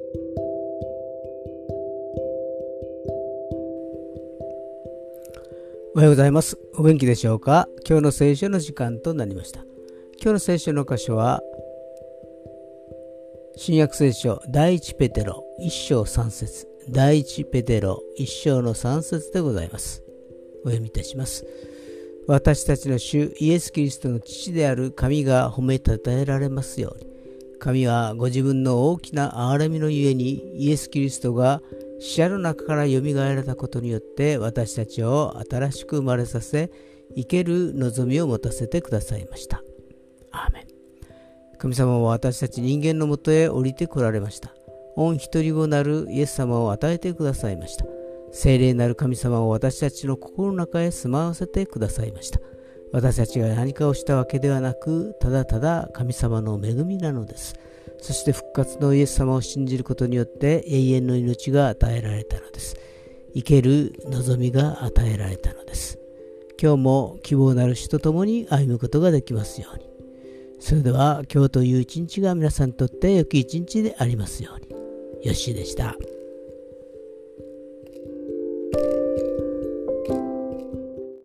おはようございます。お元気でしょうか。今日の聖書の時間となりました。今日の聖書の箇所は新約聖書第一ペテロ1章3節、第一ペテロ1章の3節でございます。お読みいたします。私たちの主イエス・キリストの父である神が褒めたたえられますように。神はご自分の大きな憐れみのゆえにイエス・キリストが死者の中からよみがえられたことによって私たちを新しく生まれさせ、生ける望みを持たせてくださいました。アーメン。神様は私たち人間のもとへ降りてこられました。御一人子なるイエス様を与えてくださいました。聖霊なる神様を私たちの心の中へ住まわせてくださいました。私たちが何かをしたわけではなく、ただただ神様の恵みなのです。そして復活のイエス様を信じることによって永遠の命が与えられたのです。生ける望みが与えられたのです。今日も希望なる主と共に歩むことができますように。それでは今日という一日が皆さんにとって良き一日でありますように。よっしーでした。